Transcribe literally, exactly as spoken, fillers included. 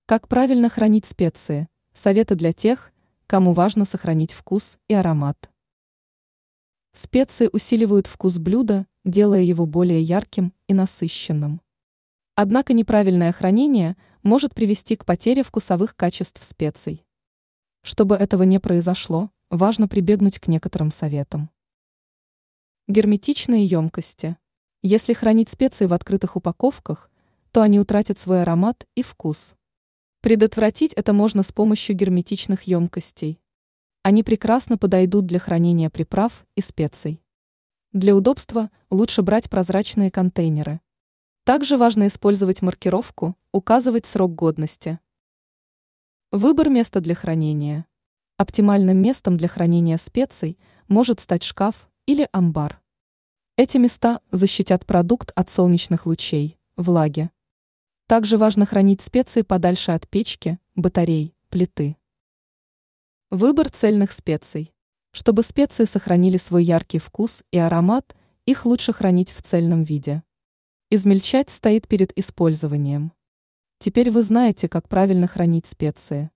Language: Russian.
Как правильно хранить специи? Советы для тех, кому важно сохранить вкус и аромат. Специи усиливают вкус блюда, делая его более ярким и насыщенным. Однако неправильное хранение может привести к потере вкусовых качеств специй. Чтобы этого не произошло, важно прибегнуть к некоторым советам. Герметичные емкости. Если хранить специи в открытых упаковках, то они утратят свой аромат и вкус. Предотвратить это можно с помощью герметичных емкостей. Они прекрасно подойдут для хранения приправ и специй. Для удобства лучше брать прозрачные контейнеры. Также важно использовать маркировку, указывать срок годности. Выбор места для хранения. Оптимальным местом для хранения специй может стать шкаф или амбар. Эти места защитят продукт от солнечных лучей, влаги. Также важно хранить специи подальше от печки, батарей, плиты. Выбор цельных специй. Чтобы специи сохранили свой яркий вкус и аромат, их лучше хранить в цельном виде. Измельчать стоит перед использованием. Теперь вы знаете, как правильно хранить специи.